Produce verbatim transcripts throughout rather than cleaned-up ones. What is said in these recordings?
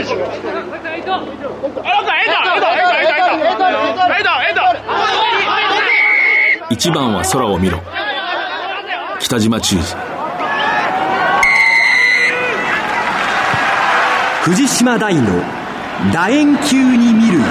一番は空を見ろ、北島忠二。 藤島大の楕円球に見る夢。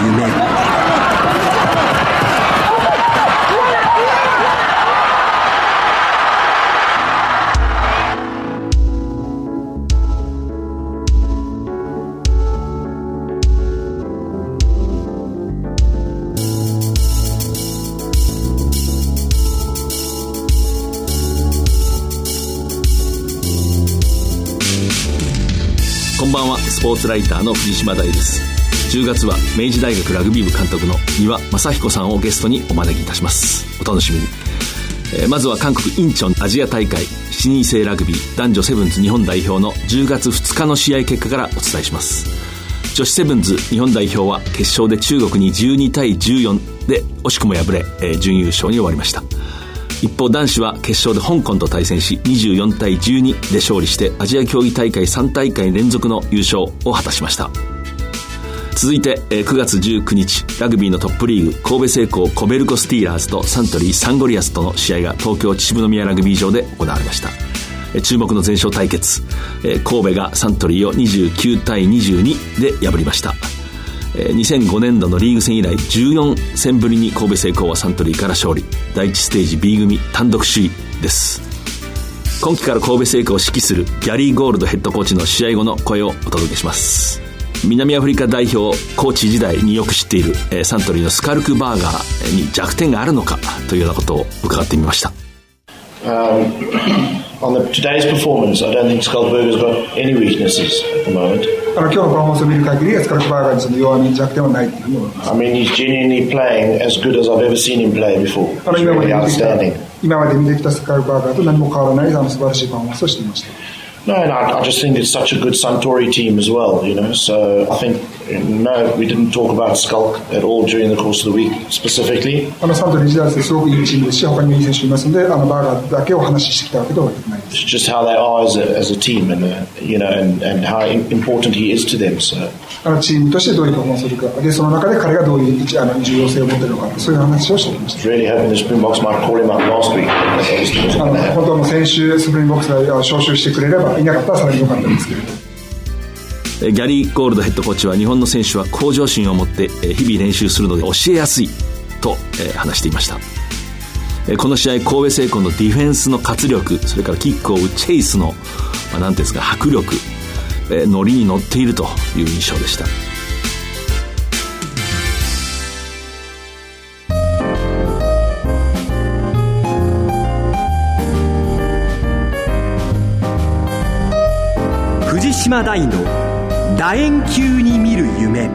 こんばんは、スポーツライターの藤島大です。じゅうがつは明治大学ラグビー部監督の丹羽雅彦さんをゲストにお招きいたします。お楽しみに。えー、まずは韓国インチョンアジア大会しちにん制ラグビー男女セブンズ日本代表のじゅうがつふつかの試合結果からお伝えします。女子セブンズ日本代表は決勝で中国にじゅうにたいじゅうよんで惜しくも敗れ、えー、準優勝に終わりました。一方男子は決勝で香港と対戦しにじゅうよんたいじゅうにで勝利してアジア競技大会さん大会連続の優勝を果たしました。続いてくがつじゅうくにちラグビーのトップリーグ神戸製鋼コベルコスティーラーズとサントリーサンゴリアスとの試合が東京秩父宮ラグビー場で行われました。注目の全勝対決、神戸がサントリーをにじゅうきゅうたいにじゅうにで破りました。にせんごねんどのリーグ戦以来じゅうよんせんぶりに神戸製鋼はサントリーから勝利。だいいちステージ B 組単独首位です。今季から神戸製鋼を指揮するギャリー・ゴールドヘッドコーチの試合後の声をお届けします。南アフリカ代表コーチ時代によく知っている、えー、サントリーのスカルクバーガーに弱点があるのかというようなことを伺ってみました。 Um, on the, today's performance, I don't think Skalkberger's got any weaknesses at the moment. あの今日のパフォーマンスを見る限りスカルクバーガーにその弱み弱点はないというふうに思います。 I mean, he's genuinely playing as good as I've ever seen him play before. It's really outstanding. 今まで見てきたスカルクバーガーと何も変わらないあの素晴らしいパフォーマンスをしていました。 No, and I, I just think it's such a good Suntory team as well, you know. So I think, no, we didn't talk about Skulk at all during the course of the week specifically. あのサントリー時代ですごくいいチームですし、他にもいい選手いますので、あのバーガーだけを話してきたわけではないです。 It's just how they are as a, as a team, and uh, you know, and, and how important he is to them. So. あのチームとしてどういうパフォーマンスをするか、でその中で彼がどういうあの重要性を持っているのか、そういう話をしていました。 Really hoping the Springboks might call him up last week. あの本当の先週スプリングボックスが招集してくれればいなかったらさらに良かったんですけれど。 ギャリー・ゴールドヘッドコーチは日本の選手は向上心を持って日々練習するので教えやすいと話していました。この試合神戸製鋼のディフェンスの活力、それからキックを打つチェイスの、まあ、なんていうんですか、迫力、ノリに乗っているという印象でした。 藤島大の楕円球に見る夢。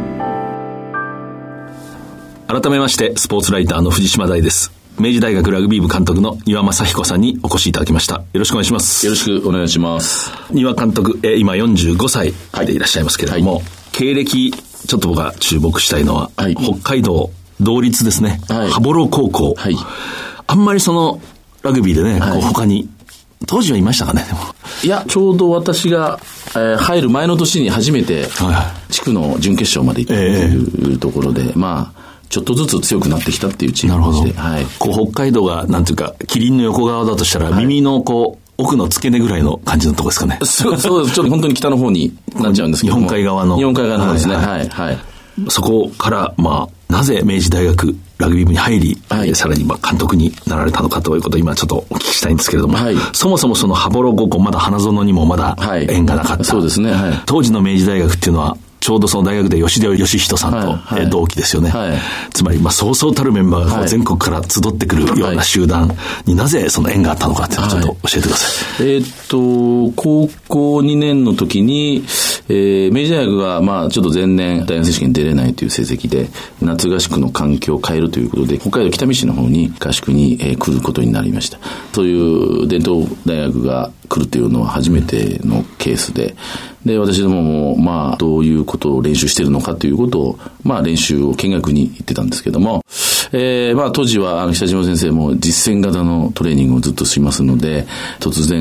改めましてスポーツライターの藤島大です。明治大学ラグビー部監督の丹羽雅彦さんにお越しいただきました。よろしくお願いします。 よろしくお願いします。 丹羽監督、え今よんじゅうごさいでいらっしゃいますけれども、はい、経歴ちょっと僕が注目したいのは、はい、北海道同率ですね、はい、羽幌高校、はい、あんまりそのラグビーでね、はい、こう他に当時はいましたかね。でもいや、ちょうど私が、えー、入る前の年に初めて地区の準決勝まで行ったというところで、えー、まあちょっとずつ強くなってきたっていうチームでして、はい、 こう北海道がなんていうかキリンの横側だとしたら、はい、耳のこう奥の付け根ぐらいの感じのとこですかね。 そうそうです。ちょっと本当に北の方になっちゃうんですけども、 日本海側の日本海側の方ですね。はいはい、はい、 そこからまあなぜ明治大学ラグビー部に入り、はい、さらにまあ監督になられたのかということを今ちょっとお聞きしたいんですけれども、はい、そもそもその羽幌高校まだ花園にもまだ縁がなかった、はい、 そうですね、はい、 当時の明治大学っていうのはちょうどその大学で吉田義人さんと、はいはい、同期ですよね、はい、つまりまあそうそうたるメンバーがこう全国から集ってくるような集団になぜその縁があったのかっていうのをちょっと教えてください。 はい、えー、っと高校にねんの時に、えー、明治大学がまあちょっと前年大学選手権に出れないという成績で夏合宿の環境を変えるということで北海道北見市の方に合宿に、えー、来ることになりました。そういう伝統大学が来るというのは初めてのケースで、で私どももまあどういうことを練習しているのかということをまあ練習を見学に行ってたんですけども、えー、まあ当時はあの北島先生も実践型のトレーニングをずっとしますので、突然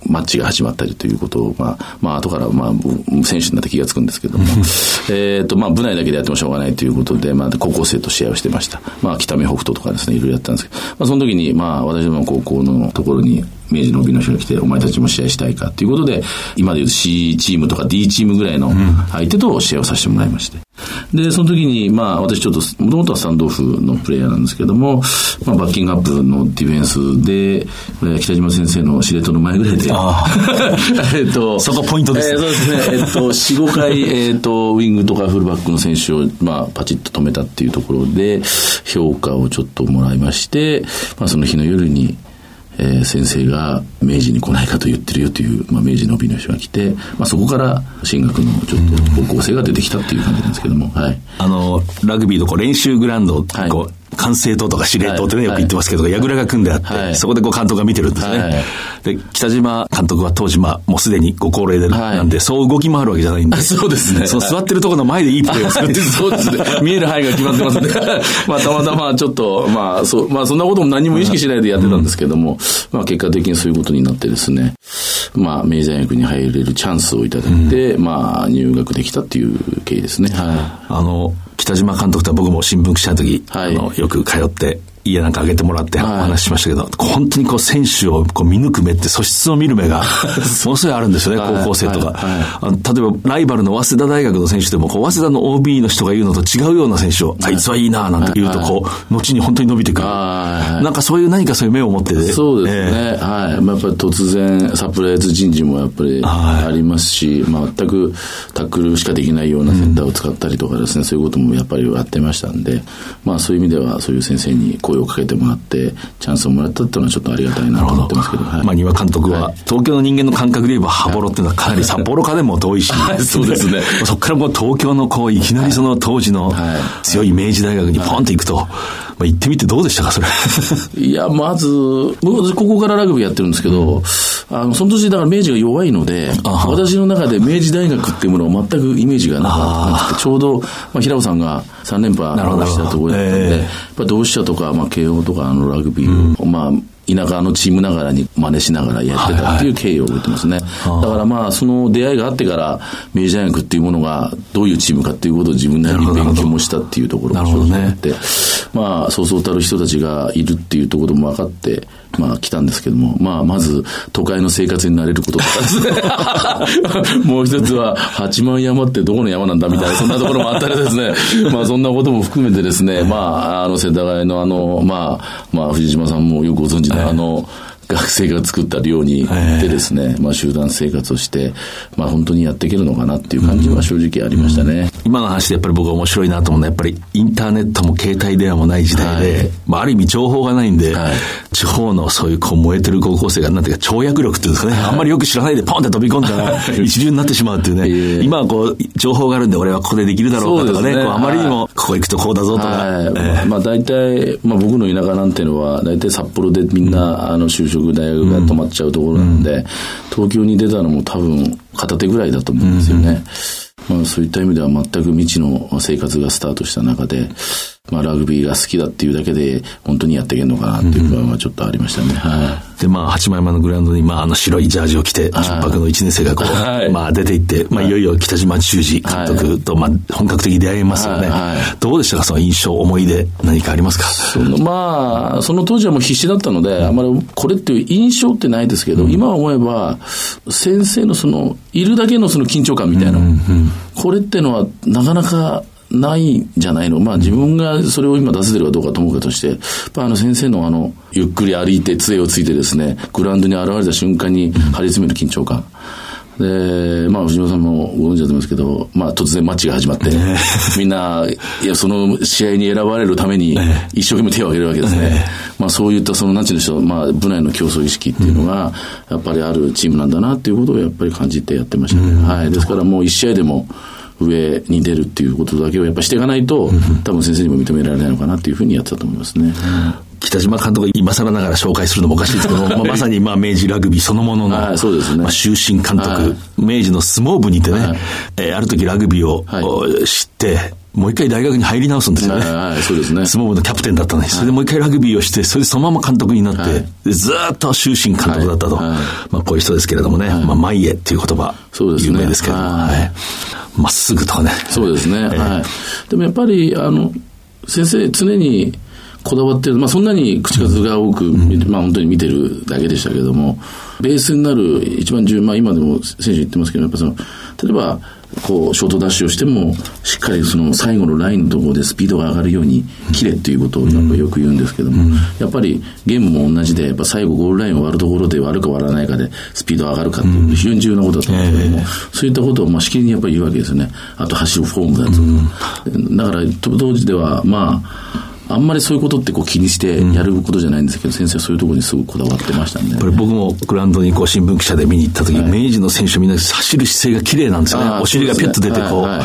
マッチが始まったりということを、まあ、まあ、後から、まあ、選手になって気がつくんですけども、えっと、まあ、部内だけでやってもしょうがないということで、まあ、高校生と試合をしてました。まあ、北見北斗とかですね、いろいろやったんですけど、まあ、その時に、まあ、私の高校のところに、明治の帯の人が来て、お前たちも試合したいかということで、今でいう C チームとか D チームぐらいの相手と試合をさせてもらいまして。で、その時に、まあ、私ちょっと、もともとはスタンドオフのプレイヤーなんですけども、まあ、バッキングアップのディフェンスで、北島先生の司令塔の前ぐらいで、えっと、 そこポイントですね。 えー、そうですね。えっと、よん、ごかい、えっと、ウィングとかフルバックの選手を、まあ、パチッと止めたっていうところで、評価をちょっともらいまして、まあ、その日の夜に、えー、先生が明治に来ないかと言ってるよという、まあ、明治の帯の人が来て、まあ、そこから進学のちょっと高校生が出てきたっていう感じなんですけども、はい。 あの、ラグビーのこう練習グラウンド、はい、こう、管制塔とか司令塔ってね、はい、よく言ってますけど、はい、櫓が組んであって、はい、そこでこう監督が見てるんですね。はい、で、北島監督は当時、まあ、もうすでにご高齢で、はい、なんで、そう動き回るわけじゃないんで。 そうですね。 その座ってるところの前でいいプレーをするっていう。 そうですね。見える範囲が決まってますね。まあ、たまたまちょっと、まあ、そう、まあ、そんなことも何も意識しないでやってたんですけども、うん、まあ、結果的にそういうことになってですね、まあ、明治大学に入れるチャンスをいただいて、うん、まあ、入学できたっていう経緯ですね。はい。 あの、北島監督とは僕も新聞記者の時、はい、あのよく通って家なんかあげてもらってお話ししましたけど、はい、本当にこう選手をこう見抜く目って素質を見る目がものすごいあるんですよね、高校生とか、はいはいはい、あの例えばライバルの早稲田大学の選手でもこう早稲田の オービー の人が言うのと違うような選手を、はい、あいつはいいななんて言うとこう、はい、後に本当に伸びてくる、はい、なんかそういう何かそういう目を持ってて、 そうですね、えーはいまあ、やっぱり突然サプライズ人事もやっぱりありますし、はいまあ、全くタックルしかできないようなセンターを使ったりとかですね、うん、そういうこともやっぱりやってましたんで、まあ、そういう意味ではそういう先生に声をかけてもらってチャンスをもらったっていうのはちょっとありがたいなと思ってますけど、はい、 まあ、丹羽監督は、はい、東京の人間の感覚で言えば羽幌っていうのはかなり札幌からでも遠いし、 はい、そうですねそこからもう東京のこういきなりその当時の強い明治大学にポンと行くと、はいはいまあ、行ってみてどうでしたかそれいやまず僕ここからラグビーやってるんですけど、うん、あのその年だから明治が弱いので私の中で明治大学っていうものを全くイメージがなかったちょうど、まあ、平尾さんがさん連覇したところだったので、えー、やっぱ同志社とか、まあ、慶応とかあのラグビーを、うん、まあ田舎のチームながらに真似しながらやってたっていう経緯を覚えてますね、はいはい、だからまあその出会いがあってから明治大学っていうものがどういうチームかっていうことを自分なりに勉強もしたっていうところも正直あって、ね、まあそうそうたる人たちがいるっていうところも分かってまあ来たんですけども、まあまず都会の生活に慣れることとかですねもう一つは八幡山ってどこの山なんだみたいなそんなところもあったりですねまあそんなことも含めてですね、まああの世田谷のあのまあまあ藤島さんもよくご存知のあの学生が作った寮に行ってですね、まあ集団生活をして、まあ本当にやっていけるのかなっていう感じは正直ありましたね。うんうん、 今の話でやっぱり僕は面白いなと思うのはやっぱりインターネットも携帯電話もない時代で、はい、まあある意味情報がないんで、はい、地方のそういうこう燃えてる高校生がなんていうか跳躍力っていうんですかね、はい、あんまりよく知らないでポンって飛び込んだら一流になってしまうっていうね、今はこう情報があるんで俺はここでできるだろうかとかね、こうあまりにもここ行くとこうだぞとか、はいえー、 まあ大体、まあ僕の田舎なんていうのは大体札幌でみんな、うん、あの就職大学が止まっちゃうところなので、うん、東京に出たのも多分片手ぐらいだと思うんですよね、うんまあ、そういった意味では全く未知の生活がスタートした中で、まあ、ラグビーが好きだっていうだけで本当にやっていけるのかなっていう不安はちょっとありましたね、うんはい、 でまあ八幡山のグラウンドに、まあ、あの白いジャージを着て純白のいちねん生がこう、はいまあ、出ていって、まあ、いよいよ北島修二監督と、まあ、本格的に出会いますよね、はいはい、どうでしたかその印象思い出何かありますか。 そのまあその当時はもう必死だったのであまりこれっていう印象ってないですけど、うん、今思えば先生のそのいるだけのその緊張感みたいな、うんうん、これってのはなかなかないんじゃないの。まあ自分がそれを今出せてるかどうかと思うかとして、やっぱあの先生のあのゆっくり歩いて杖をついてですね、グラウンドに現れた瞬間に張り詰める緊張感。で、まあ藤島さんもご存知だと思いますけど、まあ突然マッチが始まって、みんな、いやその試合に選ばれるために一生懸命手を挙げるわけですね。まあそういったその何て言うんでしょう、まあ部内の競争意識っていうのがやっぱりあるチームなんだなっていうことをやっぱり感じてやってましたね。はい。ですからもう一試合でも上に出るっていうことだけをやっぱしていかないと、多分先生にも認められないのかなっていうふうにやってたと思いますね。 北島監督が今更ながら紹介するのもおかしいですけどまあまさにまあ明治ラグビーそのものの、はいそうですねまあ、終身監督、はい、明治の相撲部にいてね、はいえー、ある時ラグビーを、はい、知ってもう一回大学に入り直すんですよね。 はいはい、そうですね。 相撲部のキャプテンだったのに、それでもう一回ラグビーをして、それでそのまま監督になって、はい、でずーっと終身監督だったと。はいはい、まあこういう人ですけれどもね、はい、まあ前へっていう言葉、そうですね、有名ですけれども、はい、まっすぐとかね。 そうですね。えー、はい。でもやっぱり、あの、先生、常にこだわってる、まあそんなに口数が多く、うん、まあ本当に見てるだけでしたけれども、ベースになる一番重要、まあ今でも選手言ってますけど、やっぱその、例えば、こう、ショートダッシュをしても、しっかりその最後のラインのところでスピードが上がるように、切れっていうことをやっぱよく言うんですけども、うん、やっぱりゲームも同じで、やっぱ最後ゴールラインを割るところで割るか割らないかでスピードが上がるかっていう非常に重要なことだと思うんですけども、うん、そういったことをまあしきりにやっぱり言うわけですよね。あと走るフォームだと。うん、だから、当時では、まあ、あんまりそういうことってこう気にしてやることじゃないんですけど、うん、先生はそういうところにすごくこだわってましたんで、ね、 やっぱり僕もグラウンドにこう新聞記者で見に行った時、はい、明治の選手みんな走る姿勢が綺麗なんですよね。お尻がピュッと出てこう、はいはい、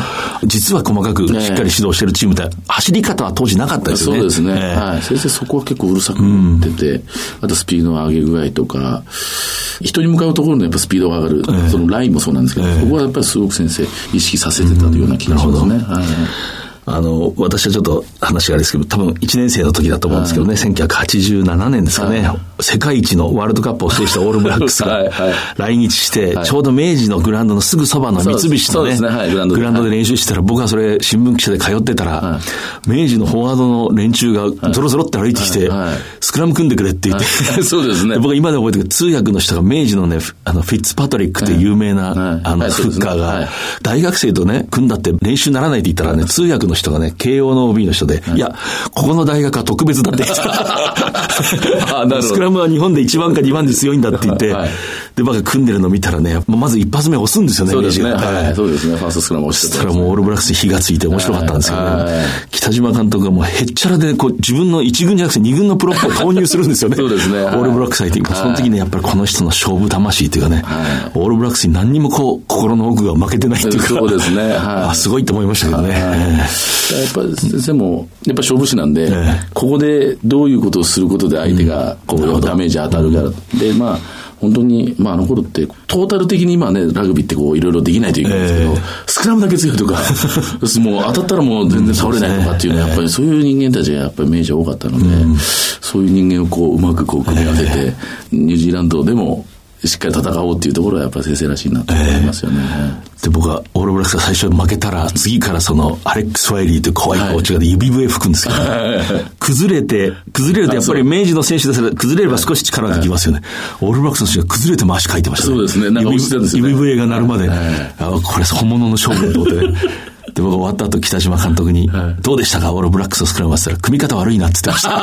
実は細かくしっかり指導してるチームで、走り方は当時なかったですよね。 そうですね、えーはい、先生そこは結構うるさく言ってて、うん、あとスピードの上げ具合とか、人に向かうところのやっぱスピードが上がる、えー、そのラインもそうなんですけど、えー、そこはやっぱりすごく先生意識させてたというような気がしますね。うん、はい、 あの、私はちょっと話があれですけど、多分いちねん生の時だと思うんですけどね、はい、せんきゅうひゃくはちじゅうななねんですかね、はい、世界一のワールドカップを制したオールブラックスが来日して、はい、ちょうど明治のグラウンドのすぐそばの三菱のね、ね、はい、グラウンドで、グラウンドで練習してたら、僕はそれ新聞記者で通ってたら、はい、明治のフォワードの連中がゾロゾロって歩いてきて、はいはい、スクラム組んでくれって言って、 はい、そうですね。 僕は今で覚えてるけど、通訳の人が明治のね、あの、フィッツパトリックっていう有名な、はい、あの、はい、フッカーが、はい、大学生とね、組んだって練習ならないって言ったらね、通訳の人がね、慶応の オービー の人で、はい、いや、ここの大学は特別だって言ってた。スクラムは日本でいちばんかにばんで強いんだって言って、はい、で、僕が組んでるの見たらね、まず一発目押すんですよね、 そうですね。はい、そうですね。ファーストスクラム押してた。 そしたらもうオールブラックスに火がついて面白かったんですけどね。はい、北島監督がもうへっちゃらで、こう、自分のいち軍じゃなくてに軍のプロップを投入するんですよね。そうですね。はい、オールブラックス相手に。その時にやっぱりこの人の勝負魂っていうかね、はい、オールブラックスに何にもこう、心の奥が負けてないっていうか。 そうですね。はい、 あ、すごいと思いましたけどね。はい、やっぱり先生も、やっぱ勝負師なんで、えー、ここでどういうことをすることで相手がこうダメージ当たるから、うん、で、まあ、本当に、まあ、あの頃って、トータル的に今ね、ラグビーってこう、いろいろできないといけないんですけど、えー、スクラムだけ強いとか、もう当たったらもう全然倒れないとかっていうのは、やっぱりそういう人間たちがやっぱり明治は多かったので、うん、そういう人間をこう、うまくこう、組み合わせて、えー、ニュージーランドでも、しっかり戦おうっていうところはやっぱり先生らしいなと思いますよね。えー、で、僕はオールブラックスが最初負けたら、次からそのアレックス・ワイリーという怖いコーチが指笛吹くんですけど、はい、崩れて、崩れるとやっぱり明治の選手ですら崩れれば少し力ができますよね。はい、オールブラックスの選手が崩れて回しかいてましたね。 そうですね。なんか落ちてるんですよね。 指笛が鳴るまで、はい、あ、これ本物の勝負だと思ってね。で、僕終わった後、北島監督に、はい、どうでしたかオールブラックスのスクラムはって言ったら、組み方悪いなって言ってました。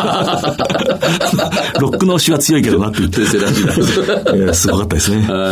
ロックの押しは強いけどなって言って。先生らしいな。いや、すごかったですね。はい、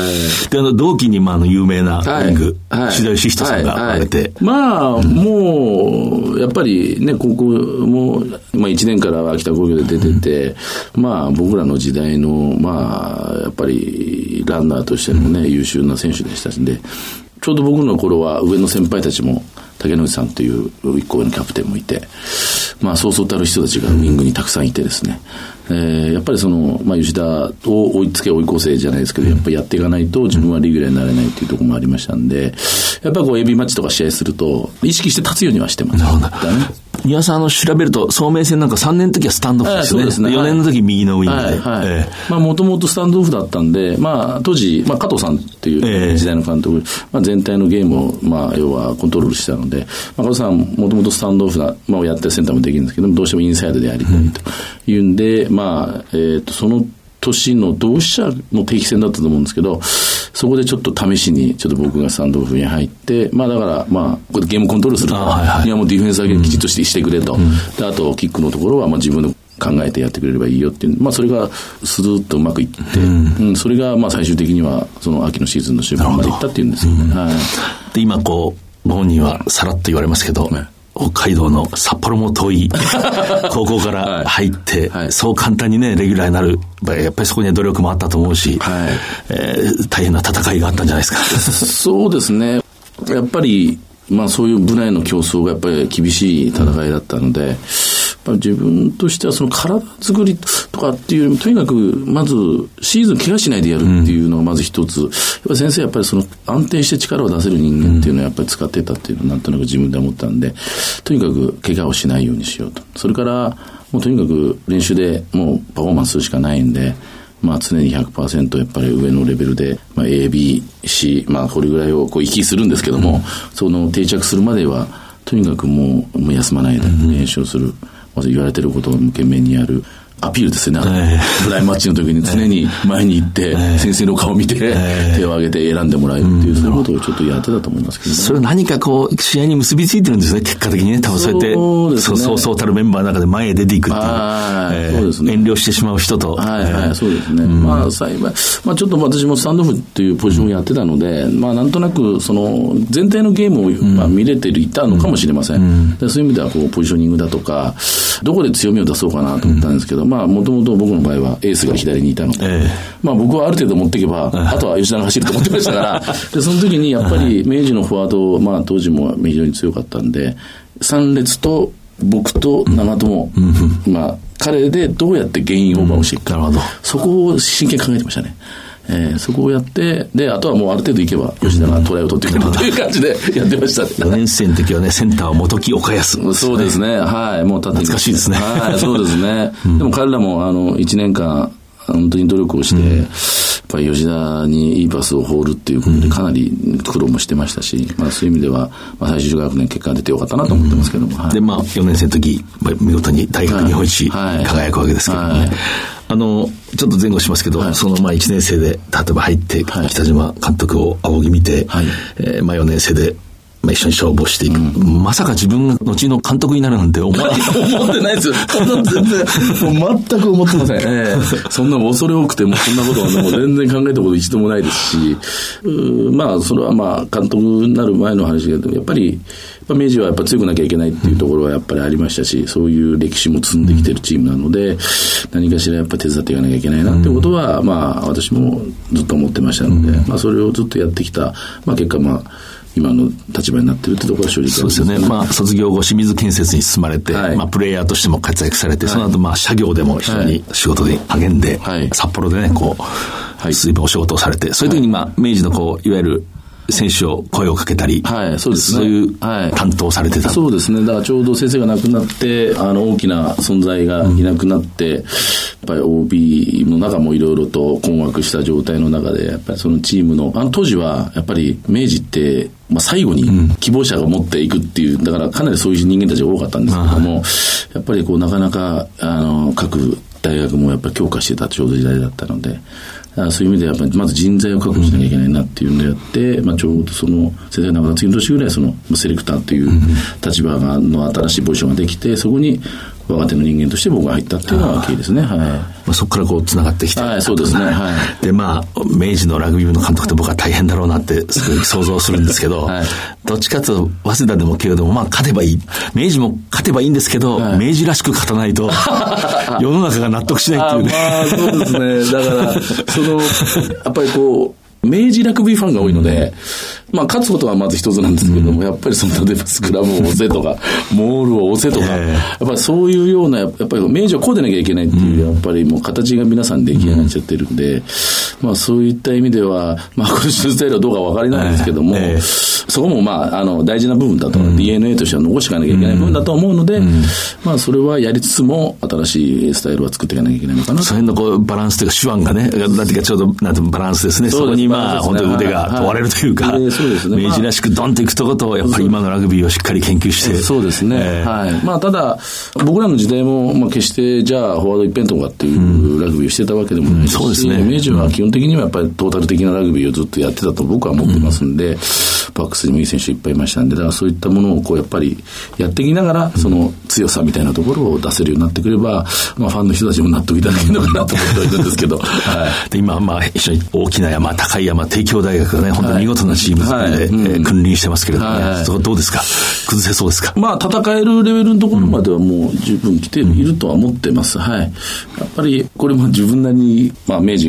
で、あの、同期に、まあ、あの、有名なウィング、はい、志田義人さんが生まれて。はいはい、 まあ、うん、もう、やっぱりね、高校も、まあ、いちねんから秋田工業で出てて、うん、まあ、僕らの時代の、まあ、やっぱり、ランナーとしてもね、うん、優秀な選手でしたしで、ちょうど僕の頃は上の先輩たちも竹野内さんという一個上のキャプテンもいて、まあそうそうたる人たちがウィングにたくさんいてですね、えー、やっぱりその、まあ吉田を追いつけ追い越せじゃないですけど、やっぱりやっていかないと自分はレギュラーになれないっていうところもありましたんで、やっぱりこうエビマッチとか試合すると意識して立つようにはしてましたね。 庭さん、あの、調べると、聡明戦なんかさんねんの時はスタンドオフですよね。そうですね。よねんの時右のウィングで。はい。はい、えー、 まあ、もともとスタンドオフだったんで、まあ、当時、まあ、加藤さんっていう時代の監督、えー、まあ、全体のゲームを、まあ、要はコントロールしてたので、まあ、加藤さん、もともとスタンドオフな、まあ、やってセンターもできるんですけども、どうしてもインサイドでやりたいというんで、うん、まあ、えっと、その年の同志社の定期戦だったと思うんですけど、そこでちょっと試しにちょっと僕がスタンドオフに入って、まあだからまあここでゲームコントロールするから、はいはい、いやもうディフェンスだけきちっとして、うん、してくれと、うん、であとキックのところはまあ自分の考えてやってくれればいいよっていう、まあそれがスルーッとうまくいって、うんうん、それがまあ最終的にはその秋のシーズンの終盤までいったっていうんですよね。うん、はい、 で今こうご本人はさらっと言われますけど。ね、北海道の札幌も遠い高校から入って、はいはい、そう簡単にねレギュラーになる、やっぱりそこには努力もあったと思うし、はい、えー、大変な戦いがあったんじゃないですか。 そうですね、やっぱりまあそういう部内の競争がやっぱり厳しい戦いだったので、やっぱり自分としてはその体作りとかっていうよりも、とにかくまずシーズン怪我しないでやるっていうのがまず一つ、うん、やっぱり先生やっぱりその安定して力を出せる人間っていうのはやっぱり使ってたっていうのをなんとなく自分で思ったんで、とにかく怪我をしないようにしようと。それからもうとにかく練習でもうパフォーマンスするしかないんで、まあ常に ひゃくパーセント やっぱり上のレベルで、まあ A、B、C、まあこれぐらいをこう行きするんですけども、うん、その定着するまではとにかくもう、もう休まないで練習する。うん、まず言われてることを懸命にやる。アピールですよね。えー、フライマッチの時に常に前に行って、えー、先生の顔を見て、えー、手を挙げて選んでもらえるっていう、うん、そういうことをちょっとやってたと思いますけどね。 それは何かこう、試合に結びついてるんですね、結果的にね。多分そうやって、そうですね、そうそうたるメンバーの中で前へ出ていくっていう。あえー、そうですね。遠慮してしまう人と。 はいはい、えー、そうですね。うん、まあ、幸い、まあちょっと私もスタンドオフっていうポジションをやってたので、うん、まあなんとなく、その、全体のゲームを、まあ、見れていたのかもしれません。うん、でそういう意味では、こう、ポジショニングだとか、どこで強みを出そうかなと思ったんですけど、うん、まあ、もともと僕の場合はエースが左にいたので、えー、まあ僕はある程度持っていけば、えー、あとは吉田が走ると思ってましたからでその時にやっぱり明治のフォワード、まあ当時も非常に強かったんで、三列と僕と長友、うん、まあ彼でどうやってゲインオーバーをしていくか、うん、なるほど、そこを真剣に考えてましたね。えー、そこをやって、で、あとはもうある程度いけば、吉田がトライを取ってくれるという感じでやってましたね。 よねん生の時はね、センターは元木岡安。 そうですね。はい。もう立って懐かしいですね。 はい。そうですね。うん、でも彼らも、あの、一年間、本当に努力をして、うん、やっぱり吉田にいいパスを放るっていうことでかなり苦労もしてましたし、うん、まあそういう意味では、まあ最終学年結果が出てよかったなと思ってますけども。うん、はい、 で、まあよねん生の時、見事に大学日本一輝くわけですけどね。はいはい、あの、ちょっと前後しますけど、はい、そのまあいちねん生で、例えば入って、はい、北島監督を仰ぎ見て、はい、えー、まあよねん生で、まあ、一緒に勝負をしていく、うん、まさか自分が後の監督になるなんて思わない思ってないですよ。そんな全然もう全く思ってません、えー、そんな恐れ多くてもそんなことはもう全然考えたこと一度もないですし、うまあそれはまあ監督になる前の話だけど、やっぱり明治はやっぱ強くなきゃいけないっていうところはやっぱりありましたし、そういう歴史も積んできてるチームなので、何かしらやっぱり手伝っていかなきゃいけないなっていうことは、まあ私もずっと思ってましたので、まあそれをずっとやってきた、まあ結果まあ今の立場になっているというところが正直そうですよね。まあ卒業後清水建設に進まれて、はい、まあプレイヤーとしても活躍されて、はい、その後まあ社業でも非常に仕事で励んで、はい、札幌でねこう、はい、随分お仕事をされて、そういう時にまあ明治のこういわゆる選手を声をかけたり、はい、そうですね、そういう担当されてた、はい、 そうですね。だからちょうど先生が亡くなって、あの大きな存在がいなくなって、うん、やっぱり オービー の中もいろいろと困惑した状態の中で、やっぱりそのチームのあの当時はやっぱり明治ってまあ、最後に希望者が持っていくっていう、だからかなりそういう人間たちが多かったんですけども、やっぱりこうなかなかあの各大学もやっぱり強化してたちょうど時代だったので、そういう意味でやっぱりまず人材を確保しなきゃいけないなっていうのをやって、まあ、ちょうどその先生が亡くなった次の年ぐらいそのセレクターという立場がの新しいポジションができて、そこに若手の人間として僕が入ったっていうのが経緯ですね。はい。まあ、そこからこう繋がってきて、 はい、そうですね。はい。 で、まあ明治のラグビー部の監督って僕は大変だろうなってすごい想像するんですけど、はい、どっちかというと早稲田でもけれどもまあ勝てばいい、明治も勝てばいいんですけど、はい、明治らしく勝たないと世の中が納得しないっていうね。 あ、まあそうですね。だからそのやっぱりこう明治ラグビーファンが多いので、うん、まあ勝つことはまず一つなんですけども、うん、やっぱりその例えばスクラムを押せとかモールを押せとか、やっぱりそういうようなやっぱり明治はこうでなきゃいけないっていう、うん、やっぱりもう形が皆さん出来上がっちゃってるんで、うん、まあそういった意味ではまあこのスタイルはどうか分かりないんですけども、えー、そこもまああの大事な部分だと、うん、ディーエヌエー としては残していかなきゃいけない部分だと思うので、うん、まあそれはやりつつも新しいスタイルは作っていかなきゃいけないのかな。 その辺のこうバランスというか手腕がね、なんていうかちょうどなんていうバランスですね。そこにまあ本当に腕が問われるというか、はいはい、そうですね、明治らしくドンといくところと、やっぱり今のラグビーをしっかり研究して。 そうですね。えー、はい。まあただ僕らの時代もまあ決してじゃあフォワード一辺倒かっていうラグビーをしてたわけでもないし、うん、そうですね。明治は基本的にはやっぱりトータル的なラグビーをずっとやってたと僕は思ってますんで、うん、バックスにもいい選手いっぱいいましたんで、だからそういったものをこうやっぱりやっていきながら、その強さみたいなところを出せるようになってくれば、まあファンの人たちも納得いただけるのかなと思ってはいるんですけど、はい。 で今まあ一緒に大きな山、高い山、帝京大学がね、本当に見事なチームで、はい、えー、君臨してますけれどもね、はい、そこどうですか、崩せそうですか。 まあ戦えるレベルのところまではもう十分来ているとは思ってます。はい。やっぱりこれも自分なりに、まあ明治が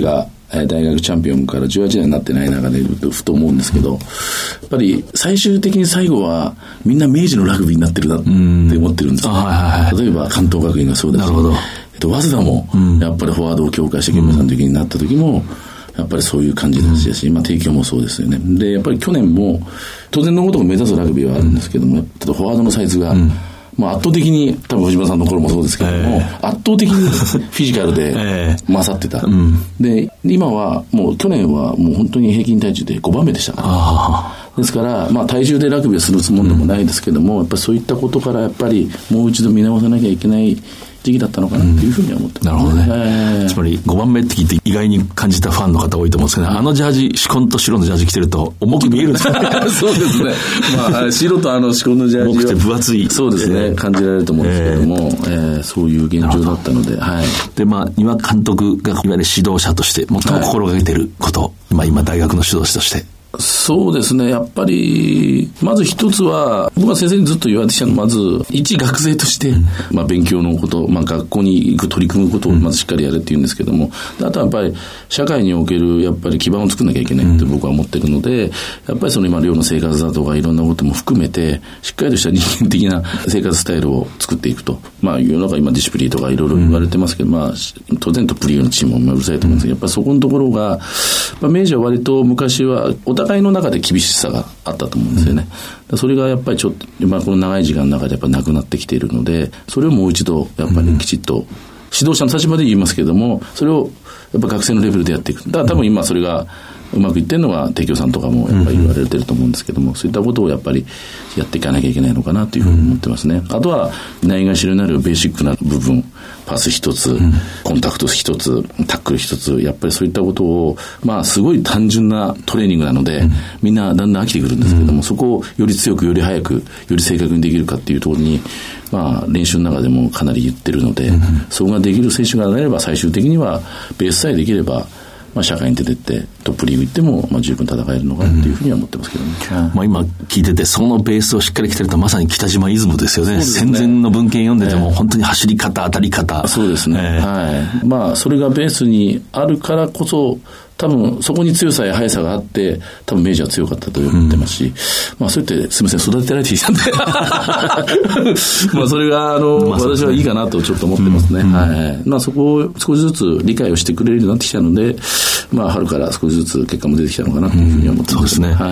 大学チャンピオンからじゅうはちねんになってない中でふと思うんですけど、やっぱり最終的に最後はみんな明治のラグビーになってるなって思ってるんですよ、ね、はいはいはい、例えば関東学院がそうですし、なるほど、えっと、早稲田もやっぱりフォワードを強化して源明さんの時になった時もやっぱりそういう感じでしたし、うん、まあ帝京もそうですよね。でやっぱり去年も当然のことを目指すラグビーはあるんですけども、うん、ちょっとフォワードのサイズが、うん、まあ、圧倒的に多分藤村さんの頃もそうですけども、えー、圧倒的にフィジカルで勝ってた、えーうん、で今はもう去年はもう本当に平均体重でごばんめでしたから、あですから、まあ、体重でラグビーをするつもりでもないですけども、うん、やっぱりそういったことからやっぱりもう一度見直さなきゃいけない時期だったのかなというふうには思ってます、ね、うん、なるほどね、えー、つまりごばんめって聞いて意外に感じたファンの方多いと思うんですけど、うん、あのジャージ、シコンと白のジャージ着てると重く見えるんですねそうですね、まあ、白とあのシコンのジャージ重くて分厚い、 そうですね、えー、感じられると思うんですけども、えーえー、そういう現状だったので、はい、 で、まあ、今監督がいわゆる指導者として最も心がけていること、はい、まあ、今大学の指導者としてそうですね、やっぱりまず一つは僕は先生にずっと言われてきたのは、まず一学生として、うん、まあ、勉強のこと、まあ、学校に行く取り組むことをまずしっかりやれっていうんですけども、うん、あとはやっぱり社会におけるやっぱり基盤を作らなきゃいけないって僕は思ってるので、うん、やっぱりその今寮の生活だとかいろんなことも含めてしっかりとした人間的な生活スタイルを作っていくと、まあ、世の中今ディシプリンとかいろいろ言われてますけど、うん、まあ、当然トップリーグのチームもうるさいと思うんですけど、やっぱりそこのところが、まあ、明治は割と昔はお互いの中で厳しさがあったと思うんですよね、うん、それがやっぱりちょっと、まあ、この長い時間の中でやっぱなくなってきているので、それをもう一度やっぱりきちっと、うん、指導者の立場で言いますけれども、それをやっぱ学生のレベルでやっていく。だから多分今それがうまくいってるのは帝京さんとかもやっぱり言われてると思うんですけども、うん、そういったことをやっぱりやっていかなきゃいけないのかなというふうに思ってますね、うん、あとはないがしろになるベーシックな部分、パス一つ、うん、コンタクト一つ、タックル一つ、やっぱりそういったことを、まあすごい単純なトレーニングなので、うん、みんなだんだん飽きてくるんですけども、うん、そこをより強くより早くより正確にできるかっていうところに、まあ練習の中でもかなり言ってるので、うん、そこができる選手がなれば最終的にはベースさえできれば、まあ、社会に出てってトップリーグ行っても、まあ、十分戦えるのかなというふうには思ってますけどね、 うん、まあ、今聞いててそのベースをしっかり来てるとまさに北島イズムですよ ね, ですね。戦前の文献読んでても、えー、本当に走り方当たり方、 そうですね、えーはい、まあそれがベースにあるからこそ多分そこに強さや速さがあって多分明治は強かったと思ってますし、うん、まあそうやってすみません育てられてきたんでまあそれがあの、まあ、私はいいかなとちょっと思ってますね、うん、はい。まあそこを少しずつ理解をしてくれるようになってきたので、まあ春から少しずつ結果も出てきたのかなというふうに思ってます、 うん、そうですね、はい。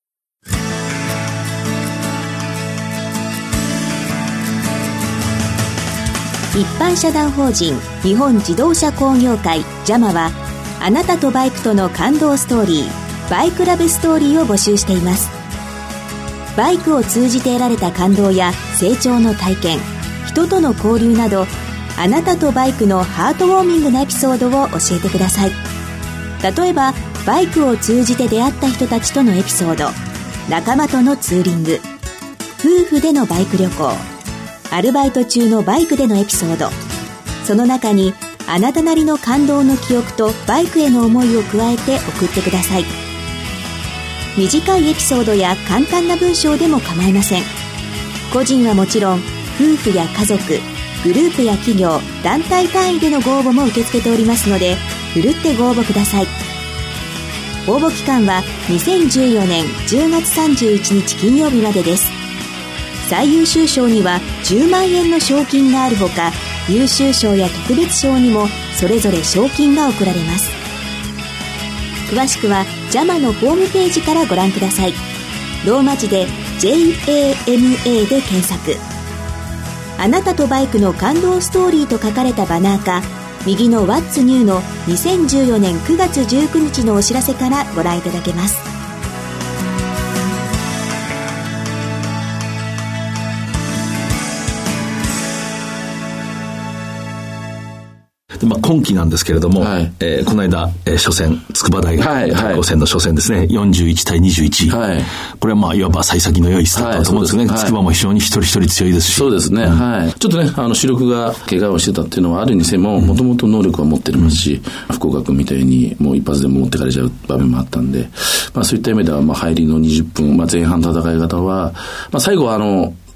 一般社団法人日本自動車工業会ジャマはあなたとバイクとの感動ストーリーバイクラブストーリーを募集しています。バイクを通じて得られた感動や成長の体験、人との交流などあなたとバイクのハートウォーミングなエピソードを教えてください。例えばバイクを通じて出会った人たちとのエピソード、仲間とのツーリング、夫婦でのバイク旅行、アルバイト中のバイクでのエピソード、その中にあなたなりの感動の記憶とバイクへの思いを加えて送ってください。短いエピソードや簡単な文章でも構いません。個人はもちろん夫婦や家族、グループや企業、団体単位でのご応募も受け付けておりますので、ふるってご応募ください。応募期間はにせんじゅうよねんじゅうがつさんじゅういちにち金曜日までです。最優秀賞にはじゅうまんえんの賞金があるほか、優秀賞や特別賞にもそれぞれ賞金が贈られます。詳しくは ジャマ のホームページからご覧ください。ローマ字で ジェイエーエムエー で検索。あなたとバイクの感動ストーリーと書かれたバナーか、右の What's New のにせんじゅうよねんくがつじゅうくにちのお知らせからご覧いただけます。 でまあ、今期なんですけれども、はい、えー、この間、えー、初戦筑波大学対抗戦の初戦ですね、はいはい、よんじゅういちたいにじゅういち、はい、これはまあいわば幸先の良いスタートだと思うんですよね、はい、筑波も非常に一人一人強いですし、 そうですね、うん、はい、ちょっとねあの主力が怪我をしてたっていうのはあるにせももともと能力は持ってますし、うん、福岡君みたいにもう一発でも持ってかれちゃう場面もあったんで、まあ、そういった意味ではまあ入りのにじゅっぷん、まあ、前半戦い方は、まあ、最後はあの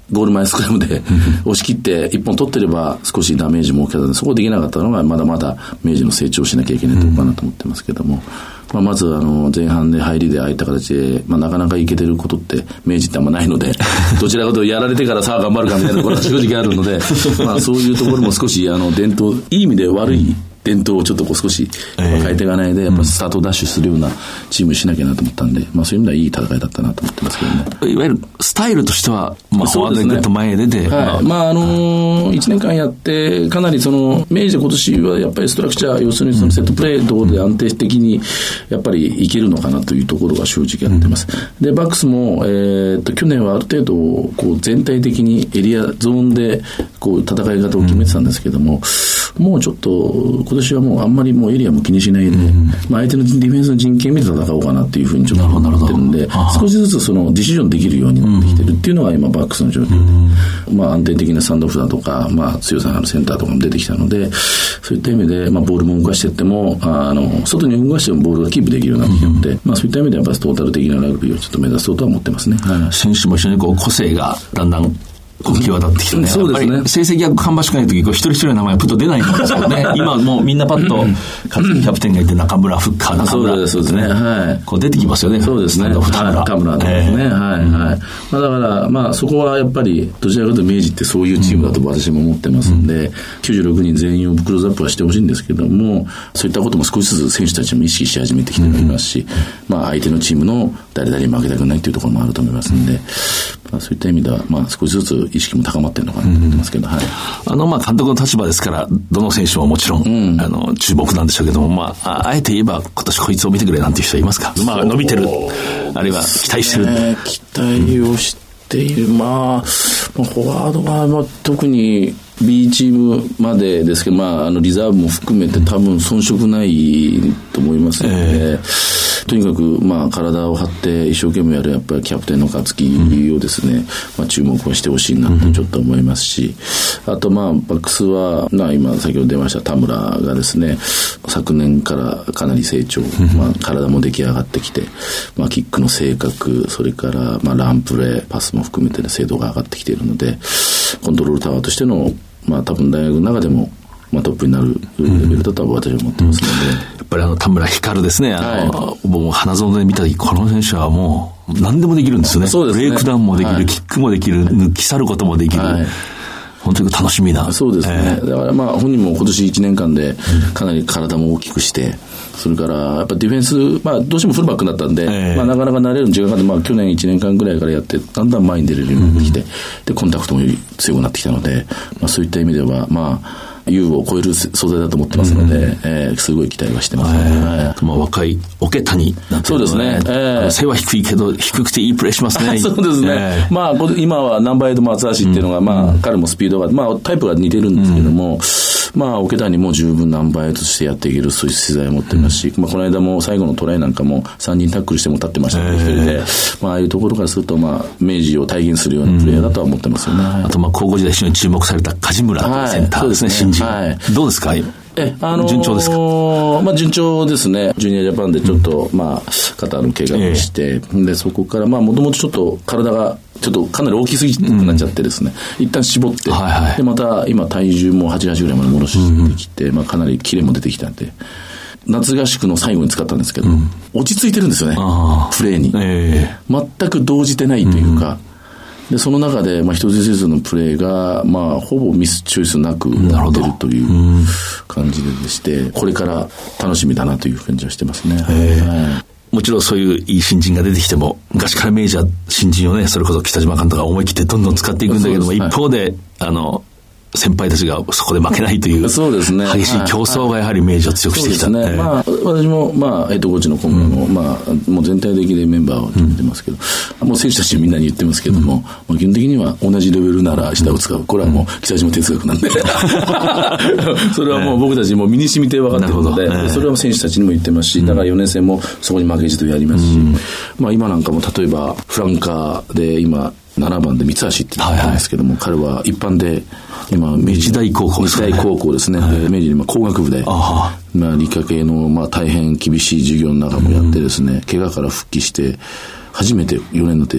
ゴール前スクラムで押し切って一本取ってれば少しダメージも大きかったので、そこできなかったのがまだまだ明治の成長しなきゃいけないところかなと思ってますけども、まあ、まずあの前半で入りでああいった形で、まあ、なかなかいけてることって明治ってあんまないのでどちらかというとやられてからさあ頑張るかみたいなところが正直あるのでまあそういうところも少しあの伝統、いい意味で悪い伝統をちょっとこう少し変えていかないで、やっぱスタートダッシュするようなチームにしなきゃなと思ったんで、まあそういう意味ではいい戦いだったなと思ってますけどね。 いわゆるスタイルとしては、まあ、フォワードにぐっと前へ出て、 はい、まああのー、いちねんかんやってかなりその明治で今年はやっぱりストラクチャー、要するにそのセットプレー等で安定的にやっぱりいけるのかなというところが正直やってます。うん、でバックスも、えー、っと去年はある程度こう全体的にエリアゾーンでこう戦い方を決めてたんですけども、うん、もうちょっと今年はもうあんまりもうエリアも気にしないで、うんまあ、相手のディフェンスの陣形見て戦おうかなっていうふうにちょっと思ってるんで、少しずつそのディシジョンできるようになってきてるっていうのが今バックスの状況で、うんまあ、安定的なスタンドオフだとか、まあ、強さのあるセンターとかも出てきたので、そういった意味で、まあ、ボールも動かしていってもあの外に動かしてもボールがキープできるようになってきたので、うんまあ、そういった意味ではやっぱりトータル的なラグビーをちょっと目指そうとは思ってますね。 はい、選手も一緒にこう個性がだんだんこう際立ってきてね、そうですね、やっぱり成績が芳しくないとき、一人一人の名前はプッと出ないんですけどね今もうみんなパッとキャプテンがいて中村フッカー中村そうですね、はい、 こう出てきますよね。 そうですね、 田村田村ですね、えー、はいはい、まあ、だからまあそこはやっぱりどちらかというと明治ってそういうチームだと私も思ってますんで、うん、きゅうじゅうろくにん全員をクローズアップはしてほしいんですけども、そういったことも少しずつ選手たちも意識し始めてきておりますし、うん、まあ相手のチームの誰々に負けたくないというところもあると思いますんで、まあ、そういった意味ではまあ少しずつ意識も高まっているのかなと思ってますけど、うんはい、 あのまあ監督の立場ですからどの選手ももちろん、うん、あの注目なんでしょうけども、まあ、あえて言えば今年こいつを見てくれなんていう人はいますか。まあ伸びてるあるいは期待してる、 ね、期待をしている、うん、まあ、まあ、フォワードが、まあ、特に B チームまでですけど、まあ、あのリザーブも含めて多分遜色ないと思いますので、えー、とにかく、まあ、体を張って一生懸命やるやっぱりキャプテンの勝木をですね、うんまあ、注目をしてほしいなとちょっと思いますし、うん、あとまあバックスは、まあ、今先ほど出ました田村がですね昨年からかなり成長、うんまあ、体も出来上がってきて、まあ、キックの正確それから、まあ、ランプレーパスも含めて、ね、精度が上がってきているのでコントロールタワーとしてのまあ多分大学の中でも、まあ、トップになるレベルだとは私は思ってますので、うんうん、やっぱりあの田村光ですね、あの、はい、もう花園で見た時この選手はもう何でもできるんですよね。そうですね、ブレイクダウンもできる、はい、キックもできる、抜き去ることもできる、はい本当に楽しみな。 そうですね、えー、だからまあ本人も今年いちねんかんでかなり体も大きくして、それからやっぱディフェンス、まあ、どうしてもフルバックだったんで、えーまあ、なかなか慣れるの時間がかかって、まあ、去年いちねんかんぐらいからやってだんだん前に出れるようになってきて、うん、でコンタクトもより強くなってきたので、まあ、そういった意味ではまあ優を超える素材だと思ってますので、うんえー、すごい期待はしてますね、えーはいまあ、若い桶谷なんていうのは、ね、そうですね、えー、背は低いけど低くていいプレーしますねそうですね、えーまあ、今はナンバーエイト松橋っていうのが、まあうん、彼もスピードが、まあ、タイプが似てるんですけども、うんまあ、桶谷も十分ナンバーエイトとしてやっていけるそういう資材を持ってますし、うんまあ、この間も最後のトライなんかもさんにんタックルしても立ってましたけど、一人で、まあ、ああいうところからすると、まあ、明治を体現するようなプレーヤーだとは思ってますよね、うん、 あとまあ高校時代非常に注目された梶村センターですね、はい、新人、はい、どうですかえあのー、 順調ですか。 まあ、順調ですね。ジュニアジャパンでちょっと、うん、まあ肩の怪我をして、えー、でそこからまあもともとちょっと体がちょっとかなり大きすぎなっちゃってですね、うん、一旦絞って、はいはい、でまた今体重もはちじゅうはちぐらいまで戻してきて、うんまあ、かなりキレも出てきたんで夏合宿の最後に使ったんですけど、うん、落ち着いてるんですよねプレーに、えー、全く動じてないというか、うんでその中で、まあ、一つ一つのプレーが、まあ、ほぼミスチョイスなくなってるという感じでして、これから楽しみだなという感じはしてますね、はい、もちろんそういういい新人が出てきても昔から明治は新人をねそれこそ北島監督が思い切ってどんどん使っていくんだけども、一方で、はい、あの先輩たちがそこで負けないというそうです、ね、激しい競争がやはり明治を強くしてきた、 はいはいねまあ、私も、まあ、ヘッドコーチの今後の、うんまあ、もう全体的でメンバーを決めてますけど、うん、もう選手たちみんなに言ってますけども、うんまあ、基本的には同じレベルなら下を使う、これはもう北島哲学なんでそれはもう僕たちも身に染みて分かってるので、ね、それは選手たちにも言ってますし、だからよねん生もそこに負けじとやりますし、うんまあ、今なんかも例えばフランカーで今ななばんで三橋って言ったんですけども、はいはい、彼は一般で今明治大高校ですね、明治大高校ですね、はい、で明治今工学部でまあ、理科系のまあ大変厳しい授業の中もやってですね、うん、怪我から復帰して初めてよねんになって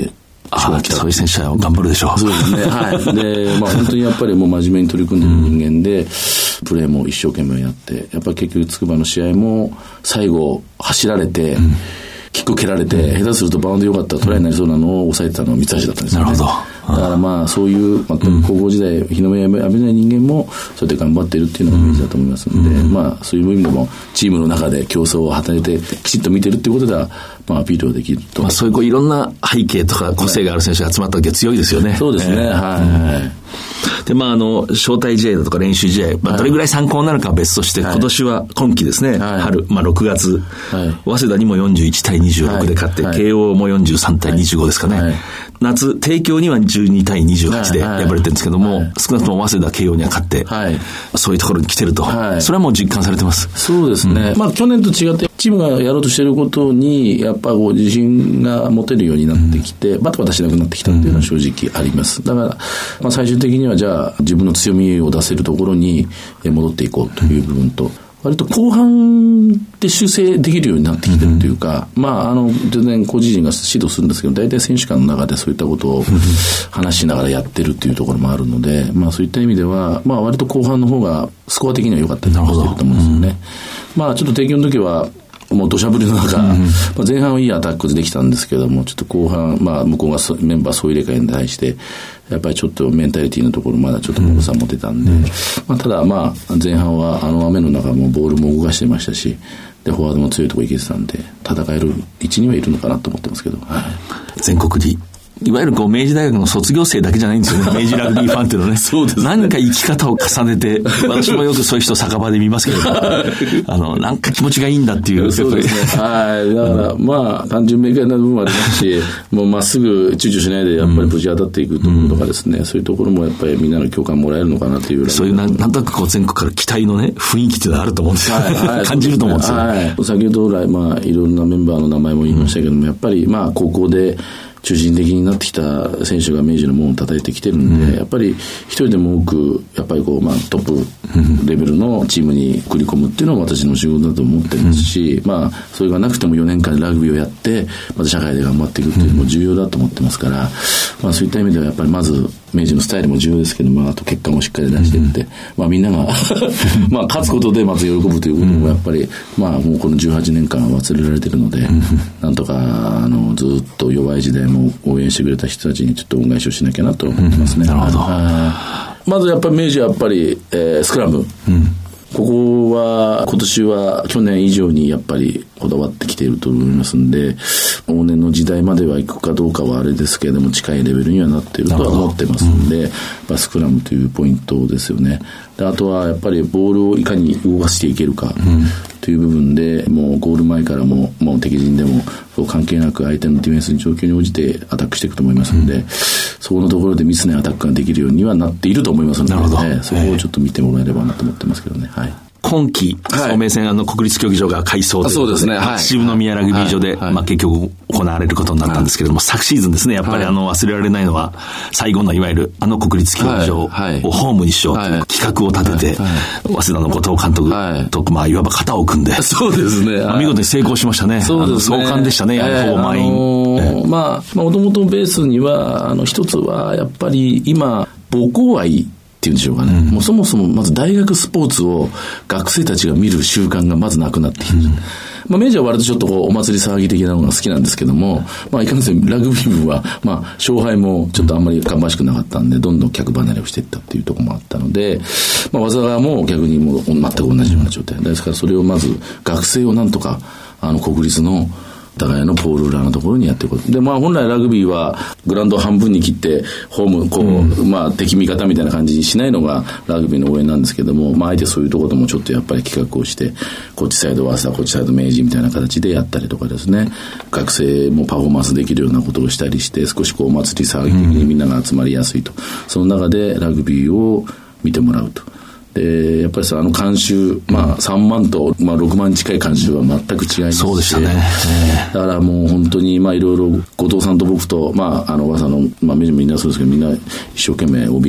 あそういう選手は頑張るでしょう。 そうですね。はい。で、まあ本当にやっぱりもう真面目に取り組んでる人間で、うん、プレーも一生懸命やって、やっぱり結局筑波の試合も最後走られて、うん、キック蹴られて、うん、下手するとバウンド良かったらトライになりそうなのを抑えてたのが三橋だったんですよね。なるほど。だからまあそういう、まあ、高校時代、日の目を浴びない人間もそうやって頑張っているっていうのがイメージだと思いますので、うん、まあそういう意味でもチームの中で競争を働いてきちっと見てるっていうことでは、まあアピールできると。まあそういうこういろんな背景とか個性がある選手が集まった時は強いですよね。 そうですね。えー、はい。 で、まああの、招待試合だとか練習試合、まあどれぐらい参考になるかは別として、はい、今年は今期ですね、はい、春、まあろくがつ、はい、早稲田にもよんじゅういちたいにじゅうろくで勝って、はい、慶応もよんじゅうさんたいにじゅうごですかね。はいはい、夏、帝京にはじゅうにたいにじゅうはちで敗れてるんですけども、はいはい、少なくとも早稲田慶応には勝って、はい、そういうところに来てると、はい、それはもう実感されてます。 そうですね。うん、まあ去年と違ってチームがやろうとしていることにやっぱこう自信が持てるようになってきて、うん、バタバタしなくなってきたっていうのは正直あります。だから、まあ、最終的にはじゃあ自分の強みを出せるところに戻っていこうという部分と、割と後半で修正できるようになってきてるというか、うん、まあ、あの、全然コーチ陣が指導するんですけど、大体選手間の中でそういったことを話しながらやってるっていうところもあるので、まあそういった意味では、まあ割と後半の方がスコア的には良かったりとかしてると思うんですよね。うん、まあちょっと提供の時は、もう土砂降りの中、うん、まあ、前半はいいアタックできたんですけども、ちょっと後半、まあ向こうがメンバー総入れ替えに対して、やっぱりちょっとメンタリティのところまだちょっともろさ持てたんで、うん、まあ、ただまあ前半はあの雨の中もボールも動かしてましたし、でフォワードも強いところ行けてたんで、戦える位置にはいるのかなと思ってますけど、はい、 全国にいわゆるこう明治大学の卒業生だけじゃないんですよね。明治ラグビーファンっていうのはね。そうですね。何か生き方を重ねて、私もよくそういう人酒場で見ますけれど、あの、なんか気持ちがいいんだっていう。 そうですね。はい。だから、うん、まあ、単純明快な部分もありますし、もうまっすぐ躊躇しないでやっぱりぶち当たっていくところとかですね、うん、そういうところもやっぱりみんなの共感もらえるのかなっていう。 そういうなん、なんとなくこう全国から期待のね、雰囲気っていうのがあると思うんですよ。はいはい、感じると思うんですよ。はい。 先ほど来、まあ、いろんなメンバーの名前も言いましたけども、うん、やっぱり、まあ、高校で、中心的になってきた選手が明治の門を叩いてきてるんで、うん、やっぱり一人でも多くやっぱりこう、まあ、トップレベルのチームに送り込むっていうのが私の仕事だと思ってますし、うん、まあそれがなくてもよねんかんラグビーをやってまた社会で頑張っていくっていうのも重要だと思ってますから、まあ、そういった意味ではやっぱりまず明治のスタイルも重要ですけど、まあ、あと結果もしっかり出していって、うん、まあみんながまあ勝つことでまず喜ぶということもやっぱり、まあもうこのじゅうはちねんかん忘れられてるので、うん、なんとかあのずっと弱い時代も応援してくれた人たちにちょっと恩返しをしなきゃなと思ってますね。うん、なるほど。まずやっぱり明治はやっぱり、えー、スクラム、うん、ここは今年は去年以上にやっぱりこだわってきていると思いますんで、往年の時代までは行くかどうかはあれですけれども近いレベルにはなっているとは思ってますんで、うん、まあ、スクラムというポイントですよね。であとはやっぱりボールをいかに動かしていけるか、うん、という部分でもうゴール前からももう敵陣でもそう関係なく相手のディフェンスの状況に応じてアタックしていくと思いますので、うん、そこのところでミスないアタックができるようにはなっていると思いますので、なるほど、ね、そこをちょっと見てもらえればなと思ってますけどね。はい。 今季、はい、早明戦あの国立競技場が改装ということで、そうですね、はい、秩父宮ラグビー場で、はいはい、まあ、結局行われることになったんですけれども、はい、昨シーズンですね、やっぱりあの忘れられないのは最後のいわゆるあの国立競技場をホームにしようという企画を立てて、はいはい、早稲田の後藤監督と、まあ、いわば肩を組んで、 そうですね、 まあ、見事に成功しましたね。そうですね、壮観でしたね、やはりほぼ満員。 あのーえー、まあもともとベースにはあの一つはやっぱり今母校愛っていうんでしょうかね、うん、もうそもそもまず大学スポーツを学生たちが見る習慣がまずなくなってきてる、うん、まあ、明治は割とちょっとこうお祭り騒ぎ的なのが好きなんですけども、まあ、いかんせんラグビー部は、まあ、勝敗もちょっとあんまり芳しくなかったんでどんどん客離れをしていったっていうところもあったので、まあ、技側も逆にもう全く同じような状態ですから、それをまず学生をなんとかあの国立のお互いのポール裏のところにやっていくこと。で、まあ本来ラグビーはグラウンドを半分に切ってホーム、こう、うん、まあ敵味方みたいな感じにしないのがラグビーの応援なんですけども、まああえてそういうところでもちょっとやっぱり企画をして、こっちサイドワーサー、こっちサイド明治みたいな形でやったりとかですね、学生もパフォーマンスできるようなことをしたりして、少しこうお祭り騒ぎ的にみんなが集まりやすいと。うん、その中でラグビーを見てもらうと。でやっぱりさあの監修、まあ、さんまんと、まあ、ろくまん近い監修は全く違いますし、 そうでしたね、 えー、だからもう本当にまあいろいろ後藤さんと僕と、まあ、あの噂の、まあ、みんなそうですけどみんな一生懸命帯がやって 、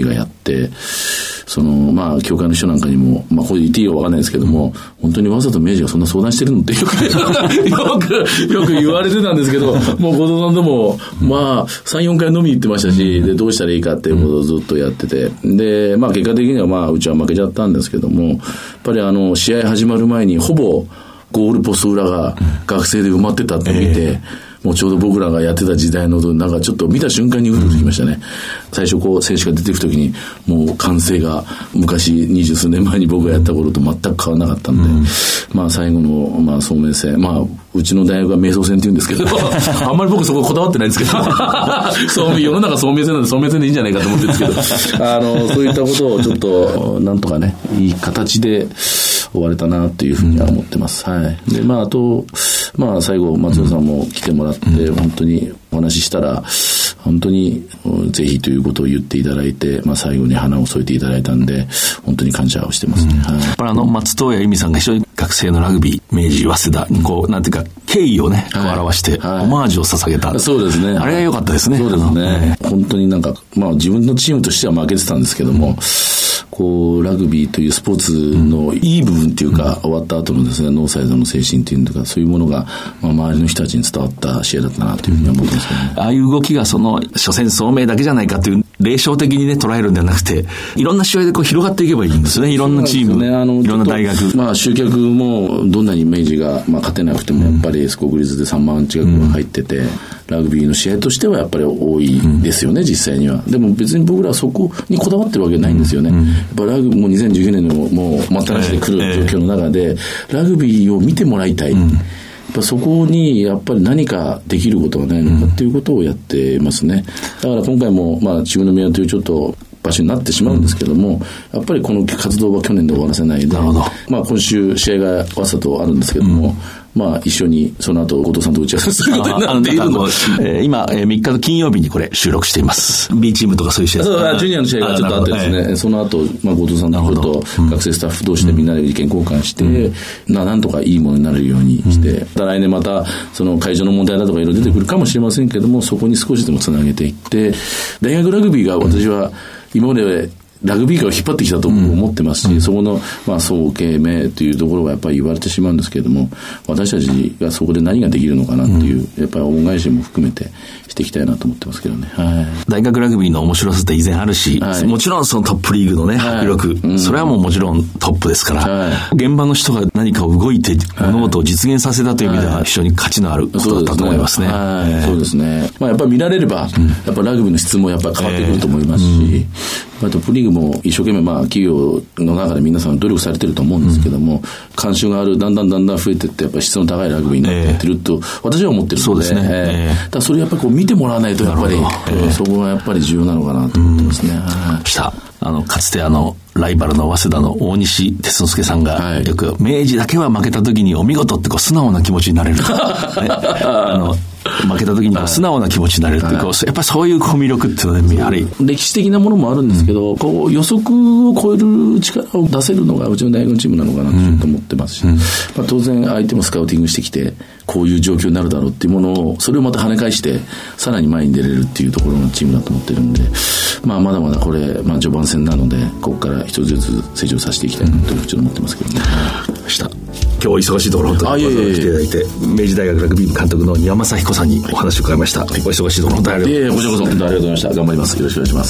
そのまあ協会の人なんかにも、まあこれ言っていいかわかんないですけども、本当にわざと明治がそんな相談してるのってよくよくよく言われてたんですけど、もう後藤さんともまあさん、よんかい飲みに行ってましたし、でどうしたらいいかっていうことをずっとやってて、でまあ結果的にはまあうちは負けちゃったんですけども、やっぱりあの試合始まる前にほぼゴールポスト裏が学生で埋まってたって見て、えーもうちょうど僕らがやってた時代のなんかちょっと見た瞬間にうるうるきましたね。最初こう選手が出てくときにもう歓声が昔二十数年前に僕がやった頃と全く変わらなかったんで、うん、まあ最後のまあ聡明戦、まあうちの大学は瞑想戦って言うんですけどあんまり僕そここだわってないんですけどそう世の中聡明戦なんで聡明戦でいいんじゃないかと思ってるんですけどあのそういったことをちょっとなんとかねいい形で終われたなというふうには思ってます、うん、はい。でまああとまあ最後松尾さんも来てもらって、うん、本当にお話ししたら本当にぜひということを言っていただいて、まあ、最後に花を添えていただいたんで本当に感謝をしてますね、うんはい、 やっぱりあの松任谷由実さんが非常に学生のラグビー明治早稲田にこうなんていうか敬意をねこう表して、はい、オマージュを捧げた、はい、 そうですね。 あれが良かったですね。 そうですね、本当になんか、まあ、自分のチームとしては負けてたんですけども、うん、こうラグビーというスポーツのいい部分っていうか、うん、終わった後のですねノーサイドの精神っていうのかそういうものが、まあ、周りの人たちに伝わった試合だったなというふうに思ってますけどね、 うん、ああいう動きがその初戦聡明だけじゃないかという霊障的にね捉えるんではなくていろんな試合でこう広がっていけばいいんですね。いろんなチーム、ね、あのいろんな大学、 まあ、集客もどんなに明治が、まあ、勝てなくてもやっぱりエスコ国立でさんまん近くが入ってて、うん、ラグビーの試合としてはやっぱり多いですよね、うん、実際には。でも別に僕らはそこにこだわってるわけないんですよね、うん、やっぱラグビーもにせんじゅうきゅうねんのもう待ったなしで来る状況の中で、えーえー、ラグビーを見てもらいたい、うん、やっぱそこにやっぱり何かできることがないのかっていうことをやってますね。だから今回もまあ千代宮というちょっと場所になってしまうんですけども、うん、やっぱりこの活動は去年で終わらせないで、まあ、今週試合が早稲田とあるんですけども、うんまあ、一緒にその後後藤さんと打ち合わせすることになっているので、 えー、今、えー、みっかの金曜日にこれ収録しています。B チームとかそういう試合そうだジュニアの試合がちょっとあってですね、えー、その後、まあ、後藤さんとちょっと学生スタッフ同士でみんなで意見交換して、うん、な, なんとかいいものになるようにして、うん、また来年またその会場の問題だとかいろいろ出てくるかもしれませんけども、そこに少しでもつなげていって大学ラグビーが私は今までラグビー界を引っ張ってきたと思ってますし、うん、そこの、まあ、総計名というところがやっぱり言われてしまうんですけれども、私たちがそこで何ができるのかなという、うん、やっぱり恩返しも含めてしていきたいなと思ってますけどね、はい、 大学ラグビーの面白さって以前あるし、はい、もちろんそのトップリーグのね迫力、はいうん、それはもうもちろんトップですから、はい、現場の人が何かを動いて物事を実現させたという意味では非常に価値のあることだったと思いますね。 そうですね、まあ、やっぱり見られれば、うん、やっぱラグビーの質もやっぱり変わってくると思いますし、えーうん、トップリーグも一生懸命まあ企業の中で皆さん努力されてると思うんですけども、うん、関心があるだんだんだんだん増えていってやっぱり質の高いラグビーになっていってると私は思ってるので、 そうですね、 えー、だからそれやっぱりこう見てもらわないとやっぱり、えー、そこがやっぱり重要なのかなと思ってますね、 うん、したあのかつてあのライバルの早稲田の大西哲之助さんが、はい、よく明治だけは負けた時にお見事ってこう素直な気持ちになれる、ね、あの負けた時に素直な気持ちになれるっていう、はい、やっぱりそういう魅力っていうのは、ね、やはり歴史的なものもあるんですけど、うん、こう予測を超える力を出せるのがうちの大学のチームなのかなと思ってますし、うんうんまあ、当然相手もスカウティングしてきてこういう状況になるだろうっていうものをそれをまた跳ね返してさらに前に出れるっていうところのチームだと思ってるんで、まあ、まだまだこれ、まあ、序盤戦なのでここから一つずつ成長させていきたいなというふうに思ってますけどね、 うん、した今日忙しいところ本当にお話ししていただいて明治大学ラグビー部監督の丹羽雅彦さんにお話を伺いました、はい、お忙しいところ本当にありがとうございます。いえいえこちらこそ本当にありがとうございました。頑張ります。よろしくお願いします。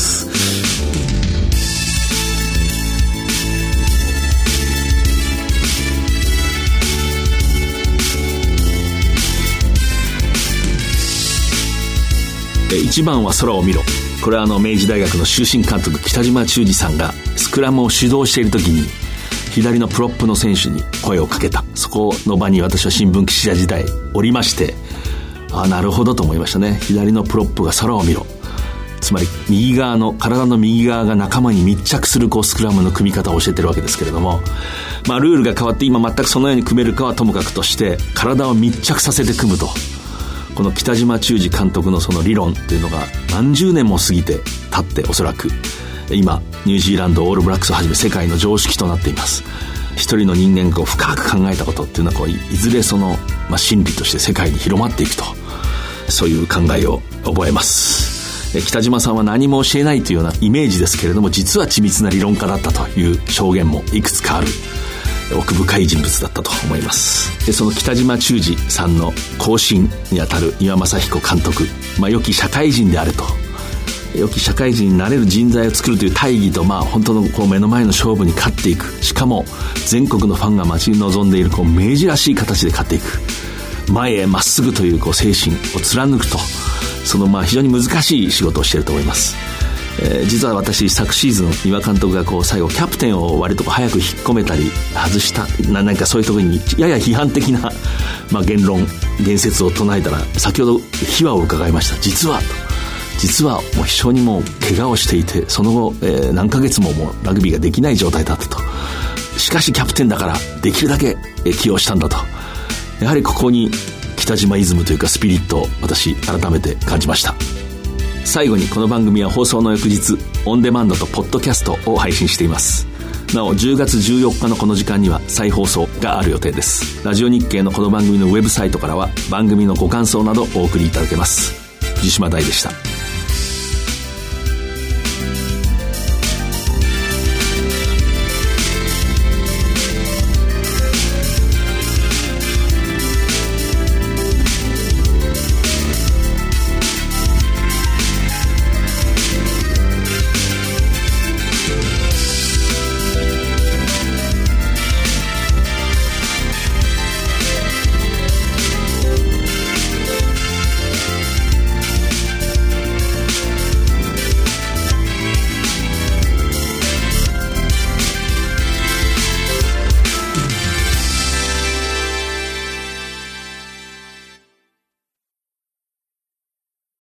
一番は空を見ろ、これはあの明治大学の終身監督北島忠二さんがスクラムを指導している時に左のプロップの選手に声をかけた。そこの場に私は新聞記者時代おりまして、あなるほどと思いましたね。左のプロップが空を見ろ、つまり右側の体の右側が仲間に密着するこうスクラムの組み方を教えてるわけですけれども、まあ、ルールが変わって今全くそのように組めるかはともかくとして体を密着させて組むと、この北島忠二監督のその理論っていうのが何十年も過ぎて経っておそらく今ニュージーランドオールブラックスをはじめ世界の常識となっています。一人の人間が深く考えたことっていうのはこう い, いずれその、まあ、真理として世界に広まっていくと、そういう考えを覚えます。 北島さんは何も教えないというようなイメージですけれども、実は緻密な理論家だったという証言もいくつかある奥深い人物だったと思います。でその北島忠二さんの後進にあたる丹羽雅彦監督、まあ、良き社会人であると、良き社会人になれる人材を作るという大義と、まあ、本当のこう目の前の勝負に勝っていく、しかも全国のファンが待ち望んでいるこう明治らしい形で勝っていく、前へまっすぐというこう精神を貫くと、そのまあ非常に難しい仕事をしていると思います。えー、実は私昨シーズン丹羽監督がこう最後キャプテンを割とこう早く引っ込めたり外したな、何かそういうところにやや批判的な、まあ、言論言説を唱えたら、先ほど秘話を伺いました。実はと実はもう非常にもう怪我をしていて、その後、えー、何ヶ月ももうラグビーができない状態だったと。しかしキャプテンだからできるだけ起用したんだと。やはりここに北島イズムというかスピリットを私改めて感じました。最後にこの番組は放送の翌日オンデマンドとポッドキャストを配信しています。なおじゅうがつじゅうよっかのこの時間には再放送がある予定です。ラジオ日経のこの番組のウェブサイトからは番組のご感想などお送りいただけます。藤島大でした。